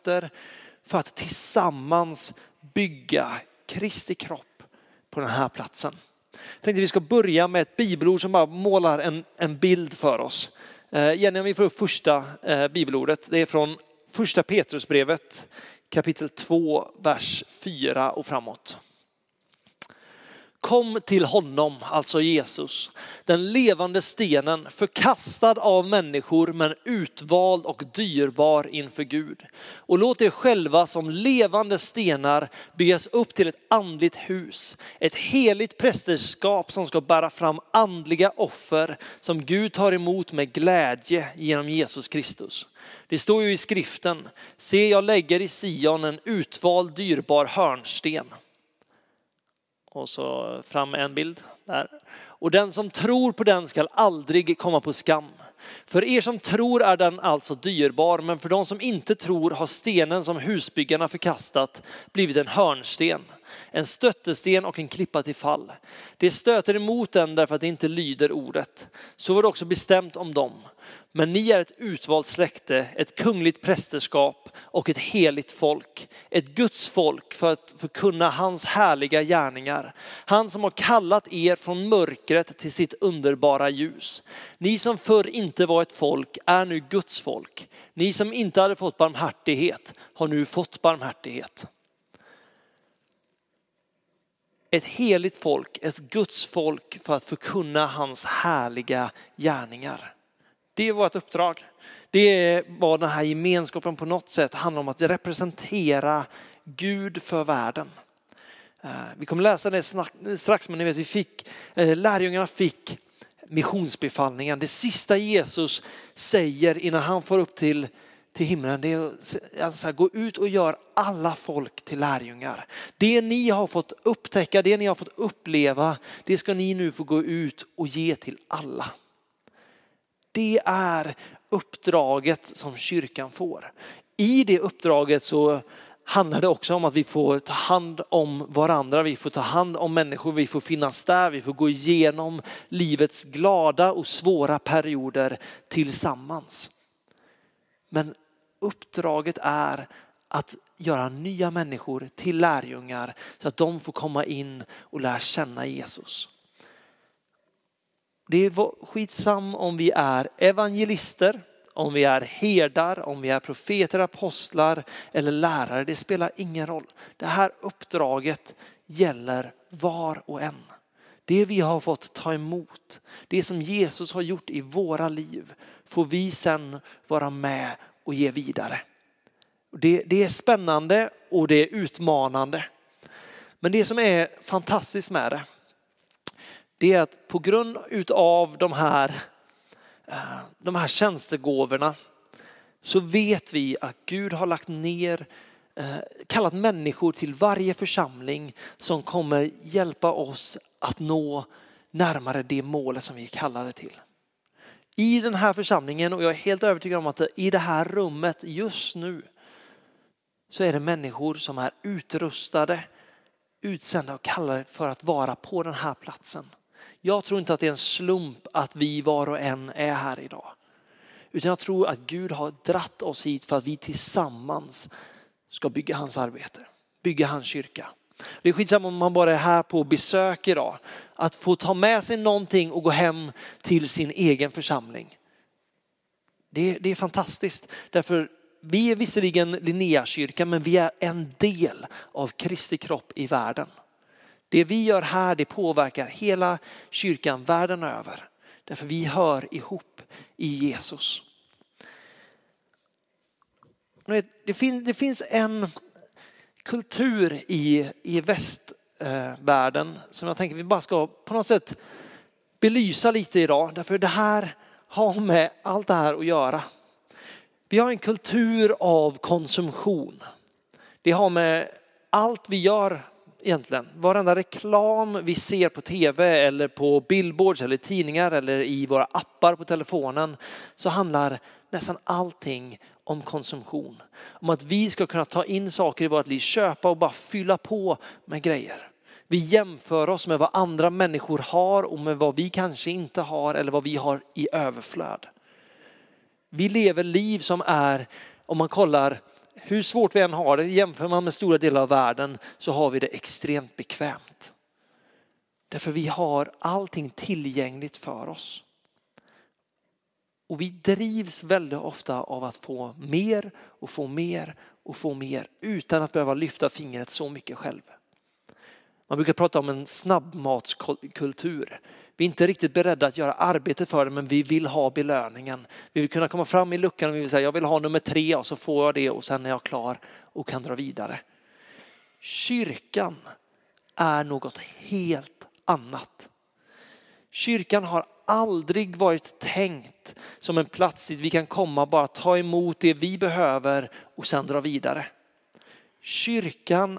för att tillsammans bygga Kristi kropp på den här platsen. Jag tänkte vi ska börja med ett bibelord som bara målar en bild för oss. Jenny, om vi får upp första bibelordet. Det är från första Petrusbrevet kapitel 2, vers 4 och framåt. Kom till honom, alltså Jesus, den levande stenen, förkastad av människor men utvald och dyrbar inför Gud. Och låt er själva som levande stenar byggas upp till ett andligt hus, ett heligt prästerskap som ska bära fram andliga offer som Gud tar emot med glädje genom Jesus Kristus. Det står ju i skriften, se jag lägger i Sion en utvald dyrbar hörnsten. Och så fram en bild där. Och den som tror på den ska aldrig komma på skam. För er som tror är den alltså dyrbar, men för de som inte tror har stenen som husbyggarna förkastat blivit en hörnsten, en stöttesten och en klippa till fall. Det stöter emot den därför att det inte lyder ordet. Så var det också bestämt om dem. Men ni är ett utvalt släkte, ett kungligt prästerskap och ett heligt folk. Ett Guds folk för att förkunna hans härliga gärningar. Han som har kallat er från mörkret till sitt underbara ljus. Ni som förr inte var ett folk är nu Guds folk. Ni som inte hade fått barmhärtighet har nu fått barmhärtighet. Ett heligt folk, ett Guds folk för att förkunna hans härliga gärningar. Det var ett uppdrag. Det var den här gemenskapen på något sätt handlar om att representera Gud för världen. Vi kommer läsa det strax, men ni vet lärjungarna fick missionsbefallningen. Det sista Jesus säger innan han får upp till himlen, det är att gå ut och gör alla folk till lärjungar. Det ni har fått upptäcka, det ni har fått uppleva, det ska ni nu få gå ut och ge till alla. Det är uppdraget som kyrkan får. I det uppdraget så handlar det också om att vi får ta hand om varandra. Vi får ta hand om människor. Vi får finnas där. Vi får gå igenom livets glada och svåra perioder tillsammans. Men uppdraget är att göra nya människor till lärjungar så att de får komma in och lära känna Jesus. Det är skitsam om vi är evangelister, om vi är herdar, om vi är profeter, apostlar eller lärare. Det spelar ingen roll. Det här uppdraget gäller var och en. Det vi har fått ta emot, det som Jesus har gjort i våra liv, får vi sen vara med och ge vidare. Det är spännande och det är utmanande. Men det som är fantastiskt med det är att på grund utav de här tjänstegåvorna så vet vi att Gud har lagt ner, kallat människor till varje församling som kommer hjälpa oss att nå närmare det målet som vi kallar det till. I den här församlingen, och jag är helt övertygad om att i det här rummet just nu så är det människor som är utrustade, utsända och kallade för att vara på den här platsen. Jag tror inte att det är en slump att vi var och en är här idag. Utan jag tror att Gud har dratt oss hit för att vi tillsammans ska bygga hans arbete. Bygga hans kyrka. Det är skitsamma om man bara är här på besök idag. Att få ta med sig någonting och gå hem till sin egen församling. Det är fantastiskt. Därför vi är visserligen Linnéakyrkan, men vi är en del av Kristi kropp i världen. Det vi gör här, det påverkar hela kyrkan världen över. Därför vi hör ihop i Jesus. Det finns en kultur i västvärlden som jag tänker vi bara ska på något sätt belysa lite idag. Därför det här har med allt det här att göra. Vi har en kultur av konsumtion. Det har med allt vi gör egentligen. Varenda reklam vi ser på tv eller på billboards eller tidningar eller i våra appar på telefonen så handlar nästan allting om konsumtion. Om att vi ska kunna ta in saker i vårt liv, köpa och bara fylla på med grejer. Vi jämför oss med vad andra människor har och med vad vi kanske inte har eller vad vi har i överflöd. Vi lever liv som är, om man kollar hur svårt vi än har det, jämför man med stora delar av världen, så har vi det extremt bekvämt. Därför vi har allting tillgängligt för oss. Och vi drivs väldigt ofta av att få mer och få mer och få mer utan att behöva lyfta fingret så mycket själv. Man brukar prata om en snabbmatskultur. Vi är inte riktigt beredda att göra arbete för det, men vi vill ha belöningen. Vi vill kunna komma fram i luckan och vi vill säga jag vill ha nummer 3 och så får jag det och sen är jag klar och kan dra vidare. Kyrkan är något helt annat. Kyrkan har aldrig varit tänkt som en plats dit vi kan komma, bara ta emot det vi behöver och sen dra vidare. Kyrkan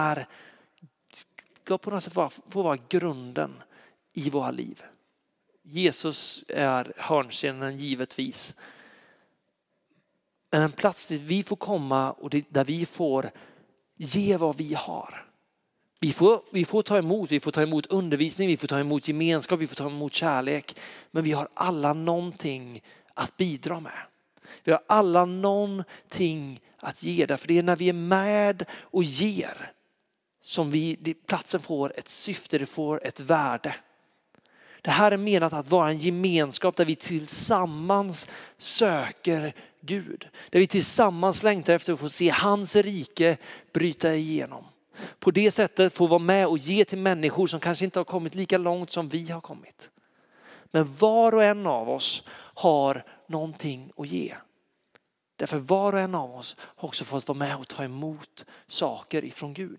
ska på något sätt få vara grunden i våra liv. Jesus är hörnstenen givetvis. Men en plats dit vi får komma och där vi får ge vad vi har. Vi får ta emot undervisning, vi får ta emot gemenskap, vi får ta emot kärlek. Men vi har alla någonting att bidra med. Vi har alla någonting att ge. Därför det är när vi är med och ger som platsen får ett syfte, det får ett värde. Det här är menat att vara en gemenskap där vi tillsammans söker Gud. Där vi tillsammans längtar efter att få se hans rike bryta igenom. På det sättet får vara med och ge till människor som kanske inte har kommit lika långt som vi har kommit. Men var och en av oss har någonting att ge. Därför var och en av oss har också fått vara med och ta emot saker ifrån Gud.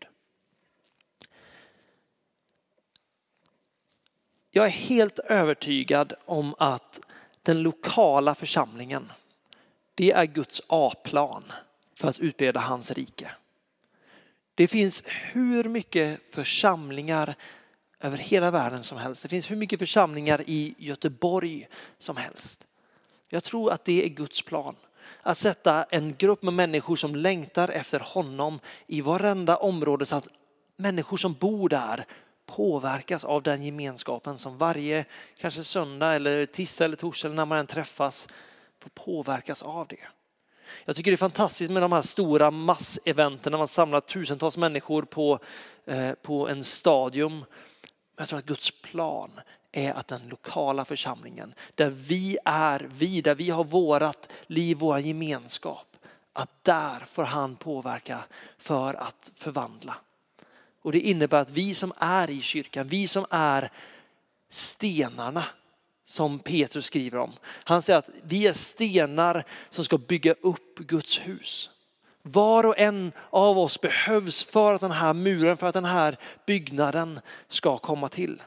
Jag är helt övertygad om att den lokala församlingen, det är Guds A-plan för att utbreda hans rike. Det finns hur mycket församlingar över hela världen som helst. Det finns hur mycket församlingar i Göteborg som helst. Jag tror att det är Guds plan. Att sätta en grupp med människor som längtar efter honom i varenda område så att människor som bor där påverkas av den gemenskapen som varje kanske söndag eller tisdag eller torsdag eller när man än träffas får påverkas av det. Jag tycker det är fantastiskt med de här stora masseventen när man samlar tusentals människor på en stadion. Jag tror att Guds plan är att den lokala församlingen där vi har vårat liv, vår gemenskap, att där får han påverka för att förvandla. Och det innebär att vi som är i kyrkan, vi som är stenarna som Petrus skriver om. Han säger att vi är stenar som ska bygga upp Guds hus. Var och en av oss behövs för att den här muren, för att den här byggnaden ska komma till.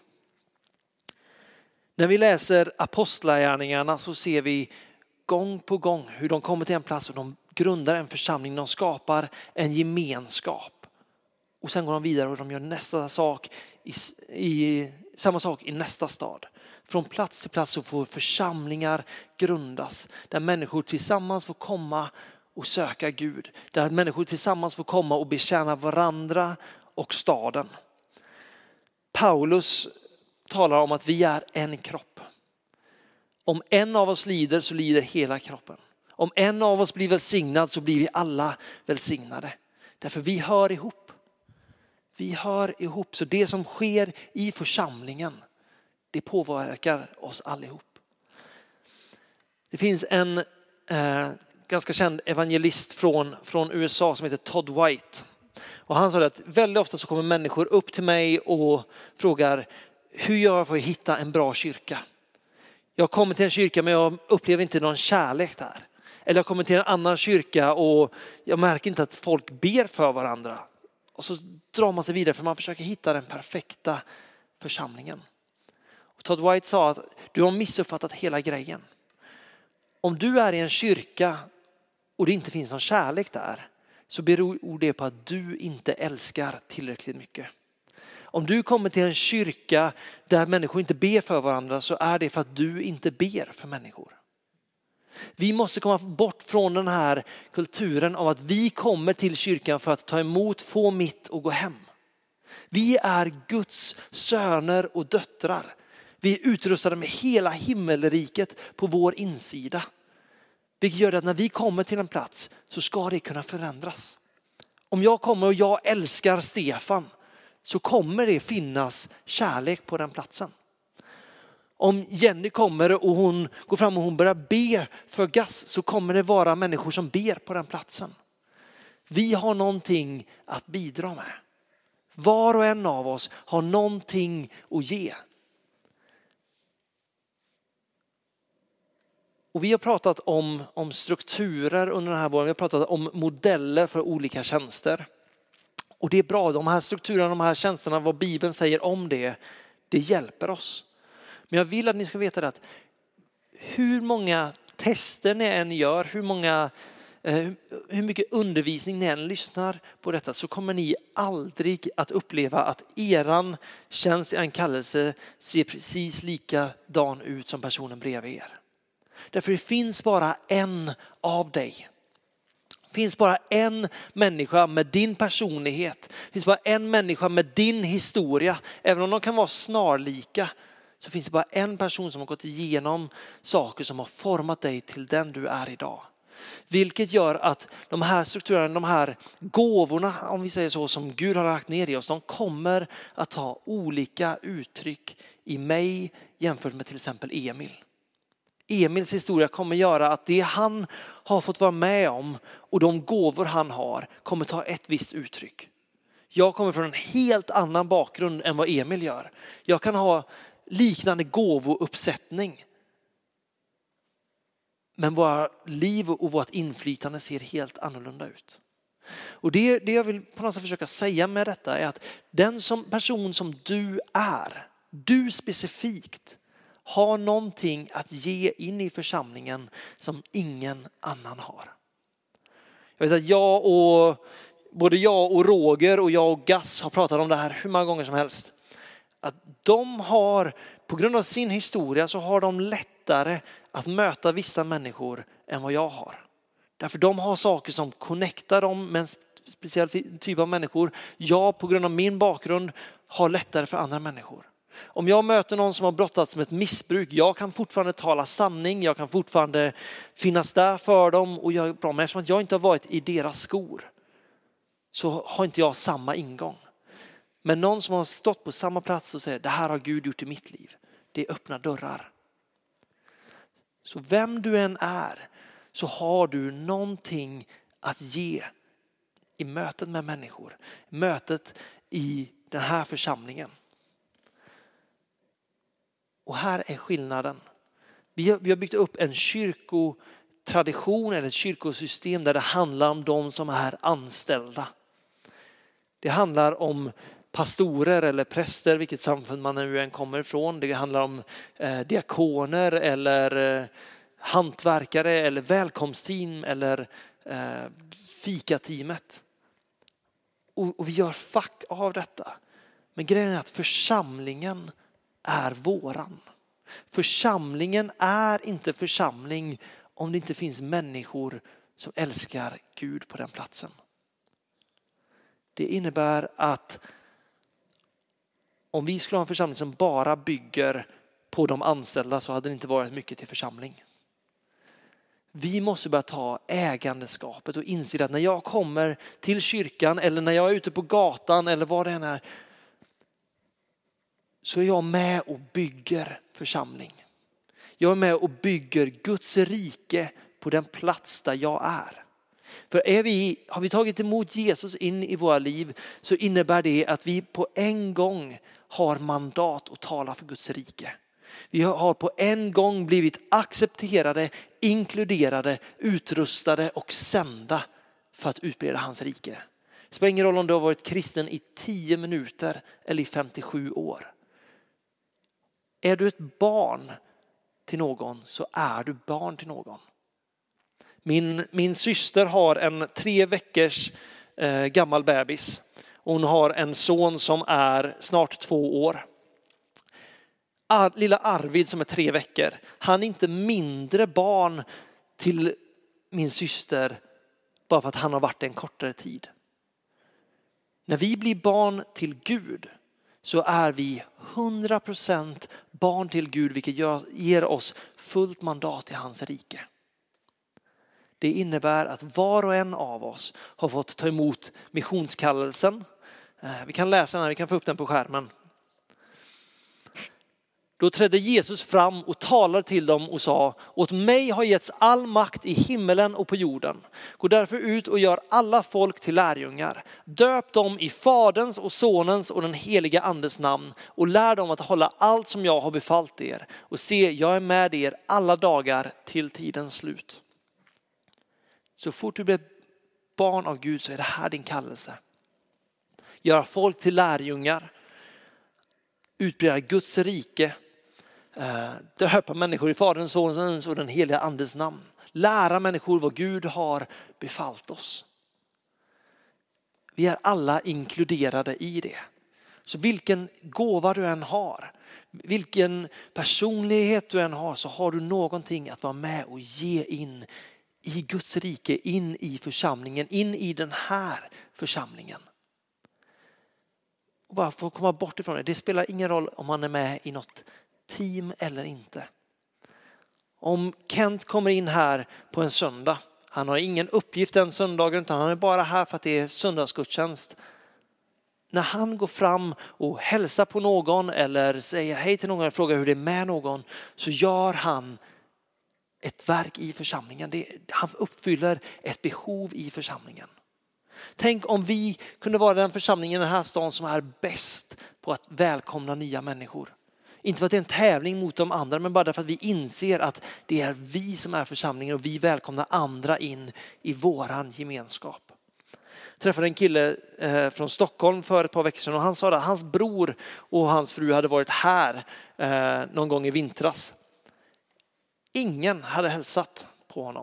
När vi läser apostlagärningarna så ser vi gång på gång hur de kommer till en plats och de grundar en församling, de skapar en gemenskap. Och sen går de vidare och de gör nästa sak samma sak i nästa stad. Från plats till plats så får församlingar grundas där människor tillsammans får komma och söka Gud. Där människor tillsammans får komma och betjäna varandra och staden. Paulus talar om att vi är en kropp. Om en av oss lider så lider hela kroppen. Om en av oss blir välsignad så blir vi alla välsignade. Därför vi hör ihop. Vi hör ihop, så det som sker i församlingen, det påverkar oss allihop. Det finns en ganska känd evangelist från USA som heter Todd White. Och han sa att väldigt ofta så kommer människor upp till mig och frågar hur gör jag för att hitta en bra kyrka? Jag kommer till en kyrka men jag upplever inte någon kärlek där. Eller jag kommer till en annan kyrka och jag märker inte att folk ber för varandra. Och så drar man sig vidare för man försöker hitta den perfekta församlingen. Och Todd White sa att du har missuppfattat hela grejen. Om du är i en kyrka och det inte finns någon kärlek där så beror det på att du inte älskar tillräckligt mycket. Om du kommer till en kyrka där människor inte ber för varandra så är det för att du inte ber för människor. Vi måste komma bort från den här kulturen av att vi kommer till kyrkan för att ta emot, få mitt och gå hem. Vi är Guds söner och döttrar. Vi är utrustade med hela himmelriket på vår insida. Vilket gör att när vi kommer till en plats så ska det kunna förändras. Om jag kommer och jag älskar Stefan så kommer det finnas kärlek på den platsen. Om Jenny kommer och hon går fram och hon börjar be för Gas så kommer det vara människor som ber på den platsen. Vi har någonting att bidra med. Var och en av oss har någonting att ge. Och vi har pratat om strukturer under den här våren. Vi har pratat om modeller för olika tjänster. Och det är bra, de här strukturerna, de här tjänsterna, vad Bibeln säger om det hjälper oss. Men jag vill att ni ska veta det att hur många tester ni än gör, hur mycket undervisning ni än lyssnar på detta så kommer ni aldrig att uppleva att eran tjänst, en kallelse ser precis likadan ut som personen bredvid er. Därför det finns bara en av dig. Det finns bara en människa med din personlighet. Det finns bara en människa med din historia. Även om de kan vara snarlika så finns det bara en person som har gått igenom saker som har format dig till den du är idag. Vilket gör att de här strukturerna, de här gåvorna, om vi säger så, som Gud har lagt ner i oss, de kommer att ha olika uttryck i mig jämfört med till exempel Emil. Emils historia kommer göra att det han har fått vara med om och de gåvor han har kommer ta ett visst uttryck. Jag kommer från en helt annan bakgrund än vad Emil gör. Jag kan ha liknande gåvouppsättning. Men våra liv och vårt inflytande ser helt annorlunda ut. Och det jag vill på något sätt försöka säga med detta är att den person som du är, du specifikt, har någonting att ge in i församlingen som ingen annan har. Jag vet att både jag och Roger och jag och Gas har pratat om det här hur många gånger som helst. Att de har, på grund av sin historia så har de lättare att möta vissa människor än vad jag har. Därför de har saker som connectar dem med en speciell typ av människor. Jag på grund av min bakgrund har lättare för andra människor. Om jag möter någon som har brottats med ett missbruk, jag kan fortfarande tala sanning, jag kan fortfarande finnas där för dem och jag är bra. Men eftersom jag inte har varit i deras skor så har inte jag samma ingång. Men någon som har stått på samma plats och säger det här har Gud gjort i mitt liv, det öppnar dörrar. Så vem du än är så har du någonting att ge i mötet med människor, mötet i den här församlingen. Och här är skillnaden. Vi har byggt upp en kyrkotradition eller ett kyrkosystem där det handlar om de som är anställda. Det handlar om pastorer eller präster, vilket samfund man nu än kommer ifrån. Det handlar om diakoner eller hantverkare eller välkomstteam eller fikateamet. Och vi gör fack av detta. Men grejen är att församlingen är våran. Församlingen är inte församling om det inte finns människor som älskar Gud på den platsen. Det innebär att om vi skulle ha en församling som bara bygger på de anställda så hade det inte varit mycket till församling. Vi måste börja ta ägandeskapet och inse att när jag kommer till kyrkan eller när jag är ute på gatan eller vad det än är så är jag med och bygger församling. Jag är med och bygger Guds rike på den plats där jag är. För har vi tagit emot Jesus in i våra liv så innebär det att vi på en gång har mandat att tala för Guds rike. Vi har på en gång blivit accepterade, inkluderade, utrustade och sända för att utbreda hans rike. Det spelar ingen roll om du har varit kristen i 10 minuter eller i 57 år. Är du ett barn till någon så är du barn till någon. Min syster har en 3 veckors gammal bebis. Hon har en son som är snart 2 år. Lilla Arvid som är 3 veckor. Han är inte mindre barn till min syster bara för att han har varit en kortare tid. När vi blir barn till Gud så är vi 100% barn till Gud, vilket ger oss fullt mandat i hans rike. Det innebär att var och en av oss har fått ta emot missionskallelsen. Vi kan läsa den här, vi kan få upp den på skärmen. Då trädde Jesus fram och talade till dem och sa: åt mig har getts all makt i himmelen och på jorden. Gå därför ut och gör alla folk till lärjungar. Döp dem i Faderns och Sonens och den heliga Andes namn och lär dem att hålla allt som jag har befallt er. Och se, jag är med er alla dagar till tidens slut. Så fort du blir barn av Gud så är det här din kallelse. Göra folk till lärjungar. Utbreda Guds rike. Döpa människor i Faderns, Sonens och den heliga Andes namn. Lära människor vad Gud har befallt oss. Vi är alla inkluderade i det. Så vilken gåva du än har, vilken personlighet du än har, så har du någonting att vara med och ge in i Guds rike, in i församlingen, in i den här församlingen. Och bara få komma bort ifrån det. Det spelar ingen roll om man är med i något team eller inte. Om Kent kommer in här på en söndag, han har ingen uppgift den söndagen utan han är bara här för att det är söndagsgudstjänst. När han går fram och hälsar på någon eller säger hej till någon och frågar hur det är med någon, så gör han ett verk i församlingen. Han uppfyller ett behov i församlingen. Tänk om vi kunde vara den församlingen i den här stan som är bäst på att välkomna nya människor. Inte för att det är en tävling mot de andra, men bara därför att vi inser att det är vi som är församlingen och vi välkomnar andra in i våran gemenskap. Jag träffade en kille från Stockholm för ett par veckor sedan och han sa att hans bror och hans fru hade varit här någon gång i vintras. Ingen hade hälsat på honom.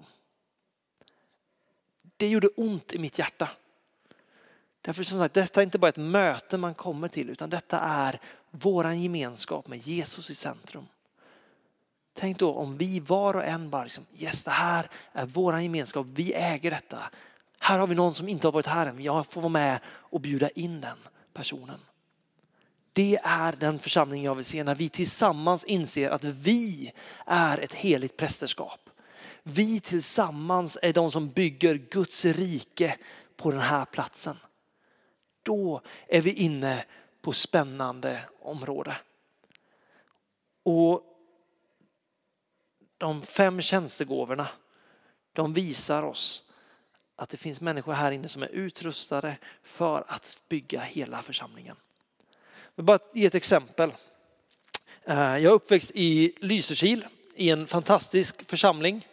Det gjorde ont i mitt hjärta. Därför som sagt, detta är inte bara ett möte man kommer till, utan detta är våran gemenskap med Jesus i centrum. Tänk då om vi var och en bara liksom, yes, det här är våran gemenskap, vi äger detta. Här har vi någon som inte har varit här än, jag får vara med och bjuda in den personen. Det är den församling jag vill se när vi tillsammans inser att vi är ett heligt prästerskap. Vi tillsammans är de som bygger Guds rike på den här platsen. Då är vi inne på spännande område. Och de 5 tjänstegåvorna, de visar oss att det finns människor här inne som är utrustade för att bygga hela församlingen. Jag vill bara ge ett exempel. Jag är uppväxt i Lysekil i en fantastisk församling.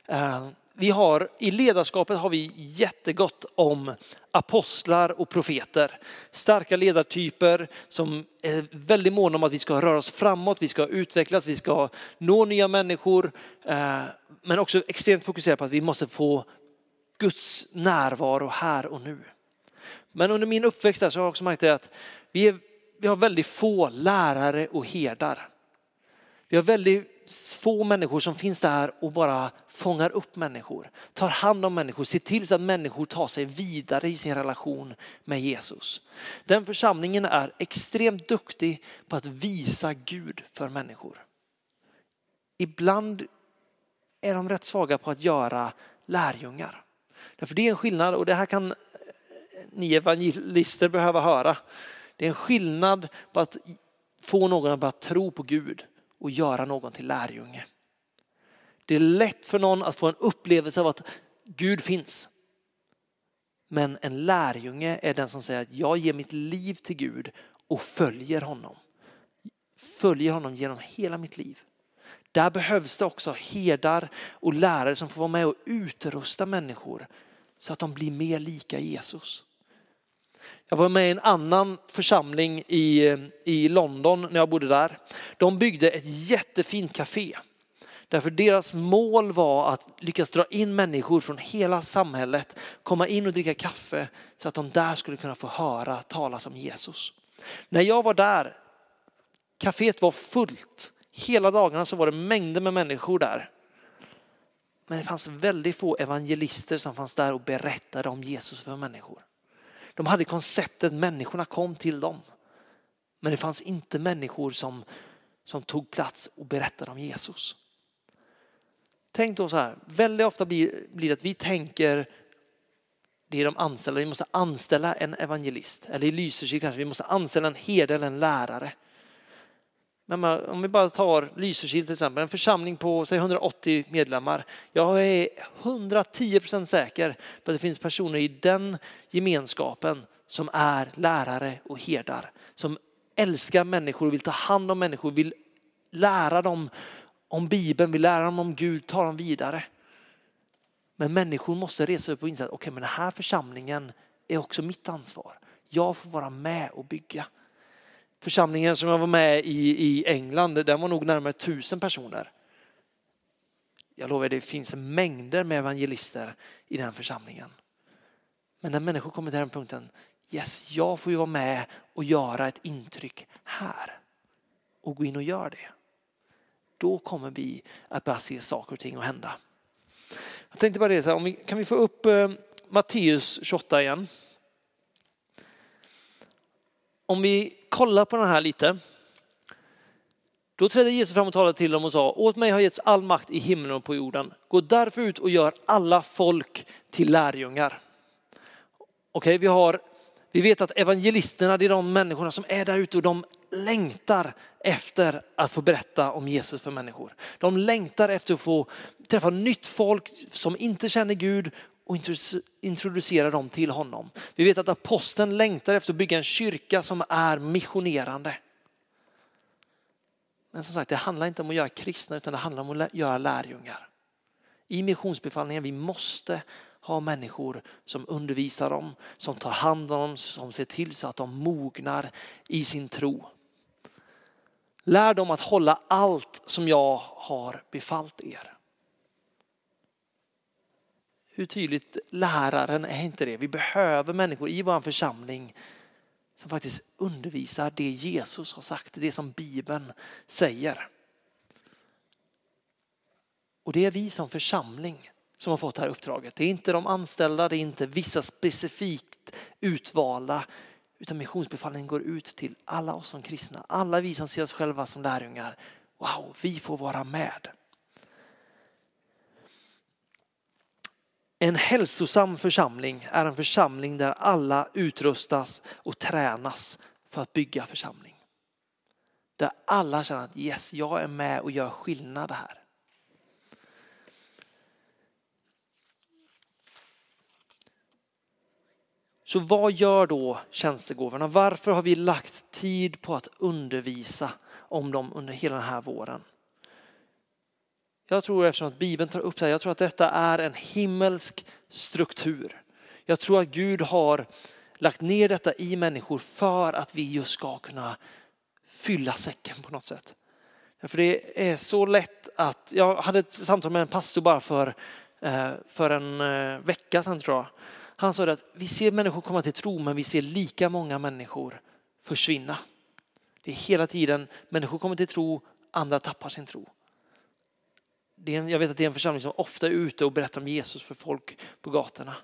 I ledarskapet har vi jättegott om apostlar och profeter. Starka ledartyper som är väldigt måna om att vi ska röra oss framåt, vi ska utvecklas, vi ska nå nya människor. Men också extremt fokuserade på att vi måste få Guds närvaro här och nu. Men under min uppväxt där så har jag också märkt att vi har väldigt få lärare och herdar. Vi har väldigt få människor som finns där och bara fångar upp människor. Tar hand om människor, ser till så att människor tar sig vidare i sin relation med Jesus. Den församlingen är extremt duktig på att visa Gud för människor. Ibland är de rätt svaga på att göra lärjungar. Därför det är en skillnad, och det här kan ni evangelister behöva höra. Det är en skillnad på att få någon att bara tro på Gud och göra någon till lärjunge. Det är lätt för någon att få en upplevelse av att Gud finns. Men en lärjunge är den som säger att jag ger mitt liv till Gud och följer honom. Följer honom genom hela mitt liv. Där behövs det också herdar och lärare som får vara med och utrusta människor så att de blir mer lika Jesus. Jag var med i en annan församling i London när jag bodde där. De byggde ett jättefint café. Därför deras mål var att lyckas dra in människor från hela samhället, komma in och dricka kaffe så att de där skulle kunna få höra talas om Jesus. När jag var där, caféet var fullt. Hela dagarna så var det mängder med människor där. Men det fanns väldigt få evangelister som fanns där och berättade om Jesus för människor. De hade konceptet människorna kom till dem. Men det fanns inte människor som tog plats och berättade om Jesus. Tänk då så här, väldigt ofta blir det att vi tänker, det är de anställda, vi måste anställa en evangelist. Eller i Lysekil kanske, vi måste anställa en herde eller en lärare. Men om vi bara tar Lysekil till exempel, en församling på säg 180 medlemmar. Jag är 110% säker på att det finns personer i den gemenskapen som är lärare och herdar. Som älskar människor, vill ta hand om människor, vill lära dem om Bibeln, vill lära dem om Gud, ta dem vidare. Men människor måste resa upp och inse att okej, men den här församlingen är också mitt ansvar. Jag får vara med och bygga. Församlingen som jag var med i England, den var nog närmare 1000 personer. Jag lovar, det finns mängder med evangelister i den församlingen. Men när människor kommer till den punkten, yes, jag får ju vara med och göra ett intryck här. Och gå in och göra det. Då kommer vi att börja se saker och ting att hända. Jag tänkte bara det så här, kan vi få upp Matteus 28 igen? Om vi kollar på den här lite. Då trädde Jesus fram och talade till dem och sa: åt mig har getts all makt i himlen och på jorden. Gå därför ut och gör alla folk till lärjungar. Okej, vi vet att evangelisterna, det är de människorna som är där ute och de längtar efter att få berätta om Jesus för människor. De längtar efter att få träffa nytt folk som inte känner Gud och introducera dem till honom. Vi vet att aposteln längtar efter att bygga en kyrka som är missionerande. Men som sagt, det handlar inte om att göra kristna utan det handlar om att göra lärjungar. I missionsbefallningen, vi måste ha människor som undervisar dem, som tar hand om dem, som ser till så att de mognar i sin tro. Lär dem att hålla allt som jag har befallt er. Hur tydligt läraren är inte det? Vi behöver människor i vår församling som faktiskt undervisar det Jesus har sagt, det som Bibeln säger. Och det är vi som församling som har fått det här uppdraget. Det är inte de anställda, det är inte vissa specifikt utvalda, utan missionsbefallningen går ut till alla oss som kristna. Alla vi som ser oss själva som lärjungar. Wow, vi får vara med. En hälsosam församling är en församling där alla utrustas och tränas för att bygga församling. Där alla känner att yes, jag är med och gör skillnad här. Så vad gör då tjänstegåvorna? Varför har vi lagt tid på att undervisa om dem under hela den här våren? Jag tror, eftersom att Bibeln tar upp det här, jag tror att detta är en himmelsk struktur. Jag tror att Gud har lagt ner detta i människor för att vi just ska kunna fylla säcken på något sätt. För det är så lätt att, jag hade ett samtal med en pastor bara för en vecka sedan tror jag. Han sa att vi ser människor komma till tro men vi ser lika många människor försvinna. Det är hela tiden människor kommer till tro, andra tappar sin tro. Jag vet att det är en församling som ofta är ute och berättar om Jesus för folk på gatorna.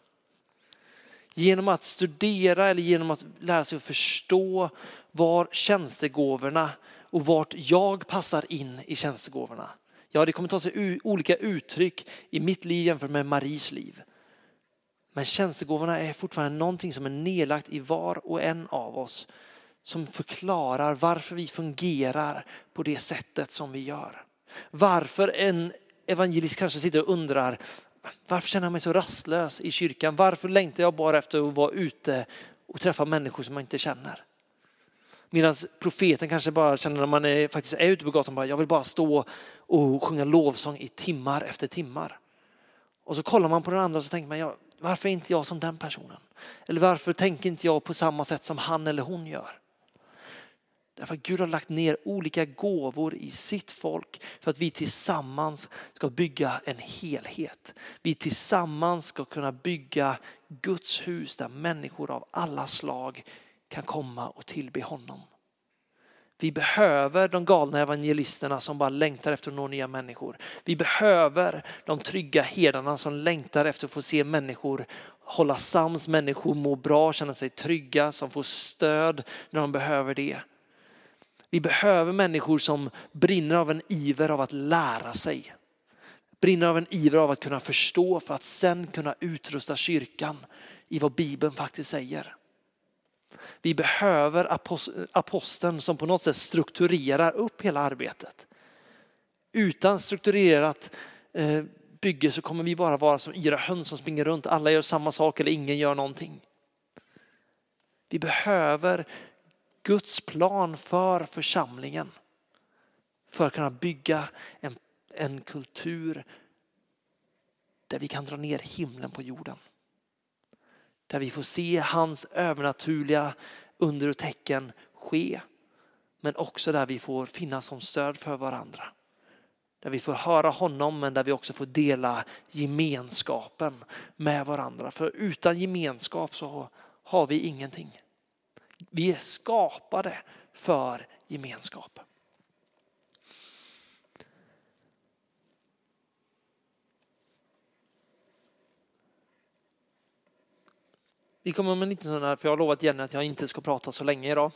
Genom att studera eller genom att lära sig att förstå var tjänstegåvorna och vart jag passar in i tjänstegåvorna. Ja, det kommer ta sig olika uttryck i mitt liv jämfört med Maries liv. Men tjänstegåvorna är fortfarande någonting som är nedlagt i var och en av oss som förklarar varför vi fungerar på det sättet som vi gör. Varför en evangelist kanske sitter och undrar, varför känner jag mig så rastlös i kyrkan? Varför längtar jag bara efter att vara ute och träffa människor som man inte känner? Medan profeten kanske bara känner när man faktiskt är ute på gatan, bara, jag vill bara stå och sjunga lovsång i timmar efter timmar. Och så kollar man på den andra och så tänker man, varför är inte jag som den personen? Eller varför tänker inte jag på samma sätt som han eller hon gör? Därför att Gud har lagt ner olika gåvor i sitt folk för att vi tillsammans ska bygga en helhet. Vi tillsammans ska kunna bygga Guds hus där människor av alla slag kan komma och tillbe honom. Vi behöver de galna evangelisterna som bara längtar efter att nå nya människor. Vi behöver de trygga herdarna som längtar efter att få se människor hålla sams, människor må bra, känna sig trygga, som får stöd när de behöver det. Vi behöver människor som brinner av en iver av att lära sig. brinner av en iver av att kunna förstå för att sen kunna utrusta kyrkan i vad Bibeln faktiskt säger. Vi behöver aposteln som på något sätt strukturerar upp hela arbetet. Utan strukturerat bygge så kommer vi bara vara som yra höns som springer runt. Alla gör samma sak eller ingen gör någonting. Vi behöver Guds plan för församlingen. För att kunna bygga en kultur där vi kan dra ner himlen på jorden. Där vi får se hans övernaturliga under och tecken ske. Men också där vi får finnas som stöd för varandra. Där vi får höra honom men där vi också får dela gemenskapen med varandra. För utan gemenskap så har vi ingenting. Vi är skapade för gemenskap. Vi kommer om en liten stund här, för jag har lovat Jenny att jag inte ska prata så länge idag.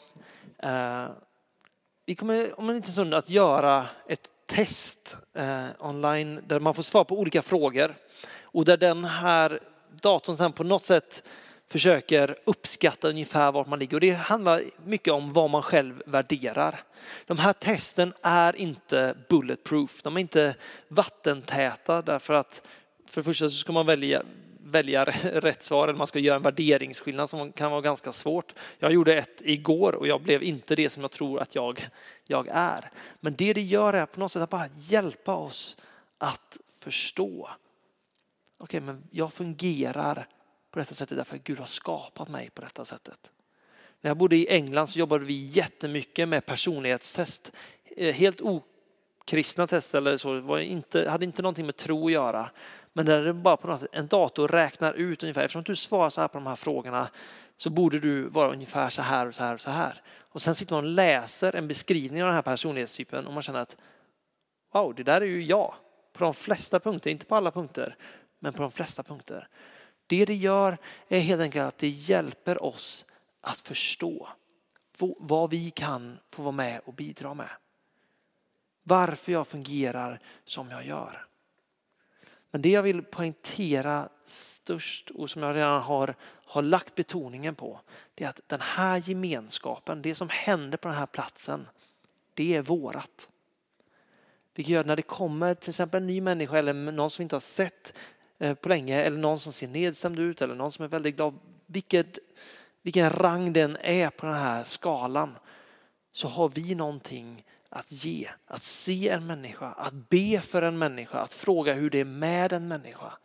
Vi kommer om en liten stund att göra ett test online där man får svara på olika frågor. Och där den här datorn sen på något sätt försöker uppskatta ungefär vart man ligger. Och det handlar mycket om vad man själv värderar. De här testen är inte bulletproof. De är inte vattentäta därför att för det första så ska man välja rätt svar eller man ska göra en värderingsskillnad som kan vara ganska svårt. Jag gjorde ett igår och jag blev inte det som jag tror att jag är. Men det gör är på något sätt att bara hjälpa oss att förstå. Okej, men jag fungerar på detta sättet därför att Gud har skapat mig på detta sättet. När jag bodde i England så jobbade vi jättemycket med personlighetstest. Helt okristna test eller så. Hade inte någonting med tro att göra. Men där det bara på något sätt en dator räknar ut ungefär. Eftersom du svarar så här på de här frågorna så borde du vara ungefär så här och så här och så här. Och sen sitter man och läser en beskrivning av den här personlighetstypen och man känner att wow, det där är ju jag. På de flesta punkter, inte på alla punkter, men på de flesta punkter. Det gör är helt enkelt att det hjälper oss att förstå vad vi kan få vara med och bidra med. Varför jag fungerar som jag gör. Men det jag vill poängtera störst och som jag redan har lagt betoningen på, det är att den här gemenskapen, det som händer på den här platsen, det är vårat. Vilket gör när det kommer till exempel en ny människa eller någon som inte har sett på länge eller någon som ser nedstämd ut eller någon som är väldigt glad, vilken rang den är på den här skalan, så har vi någonting att ge, att se en människa, att be för en människa, att fråga hur det är med en människa.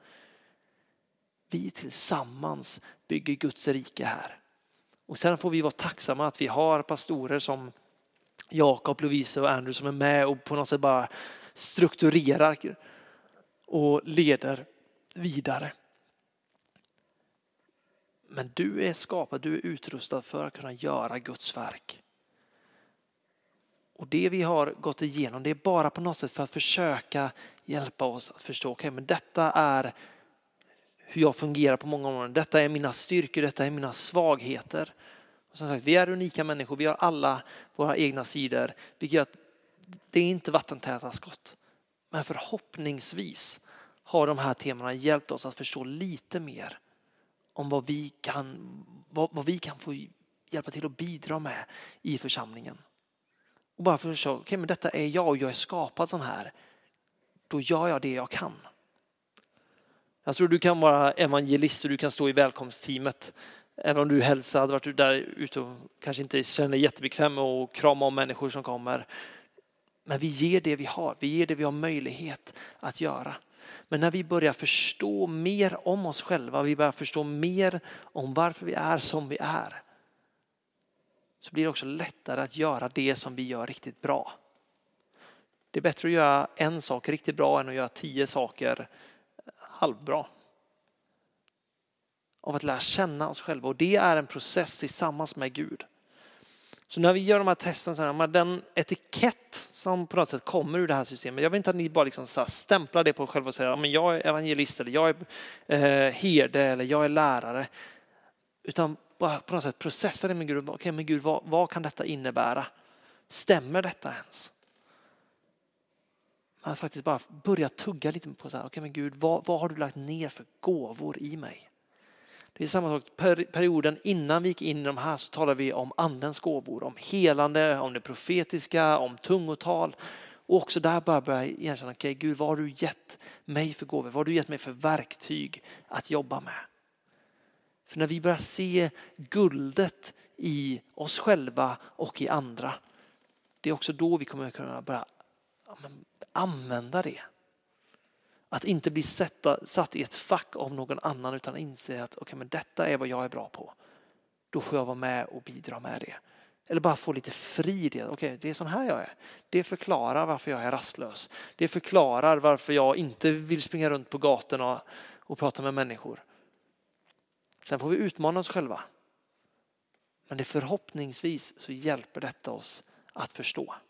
Vi tillsammans bygger Guds rike här. Och sen får vi vara tacksamma att vi har pastorer som Jakob, Lovisa och Andrew som är med och på något sätt bara strukturerar och leder vidare. Men du är skapad, du är utrustad för att kunna göra Guds verk. Och det vi har gått igenom, det är bara på något sätt för att försöka hjälpa oss att förstå, okej, men detta är hur jag fungerar på många områden. Detta är mina styrkor, detta är mina svagheter. Och som sagt, vi är unika människor, vi har alla våra egna sidor. Vilket gör att det är inte vattentäta skott. Men förhoppningsvis har de här temana hjälpt oss att förstå lite mer om vad vi kan få hjälpa till att bidra med i församlingen. Och bara för att förstå, okej, men detta är jag och jag är skapad sån här. Då gör jag det jag kan. Jag tror du kan vara evangelist och du kan stå i välkomstteamet. Även om du helst hade varit där ute och kanske inte känner dig jättebekväm med att krama om människor som kommer. Men vi ger det vi har. Vi ger det vi har möjlighet att göra. Men när vi börjar förstå mer om oss själva, vi börjar förstå mer om varför vi är som vi är, så blir det också lättare att göra det som vi gör riktigt bra. Det är bättre att göra en sak riktigt bra än att göra 10 saker halvbra. Av att lära känna oss själva. Och det är en process tillsammans med Gud. Så när vi gör de här testen, så här, den etikett som på något sätt kommer ur det här systemet. Jag vill inte att ni bara liksom så här stämplar det på er själva och säger att jag är evangelist eller jag är herde eller jag är lärare. Utan bara på något sätt processa det med Gud. Okej, men Gud, vad kan detta innebära? Stämmer detta ens? Man faktiskt bara börja tugga lite på så här, okej men Gud, vad har du lagt ner för gåvor i mig? Det är samma sak, perioden innan vi gick in i de här så talade vi om andens gåvor, om helande, om det profetiska, om tungotal. Och också där börjar jag erkänna, okej Gud, vad har du gett mig för gåvor? Vad har du gett mig för verktyg att jobba med? För när vi börjar se guldet i oss själva och i andra, det är också då vi kommer kunna börja använda det. Att inte bli satt i ett fack av någon annan utan inse att okej, men detta är vad jag är bra på. Då får jag vara med och bidra med det. Eller bara få lite fri i det. Okej, det är sån här jag är. Det förklarar varför jag är rastlös. Det förklarar varför jag inte vill springa runt på gatorna och prata med människor. Sen får vi utmana oss själva. Men det förhoppningsvis så hjälper detta oss att förstå.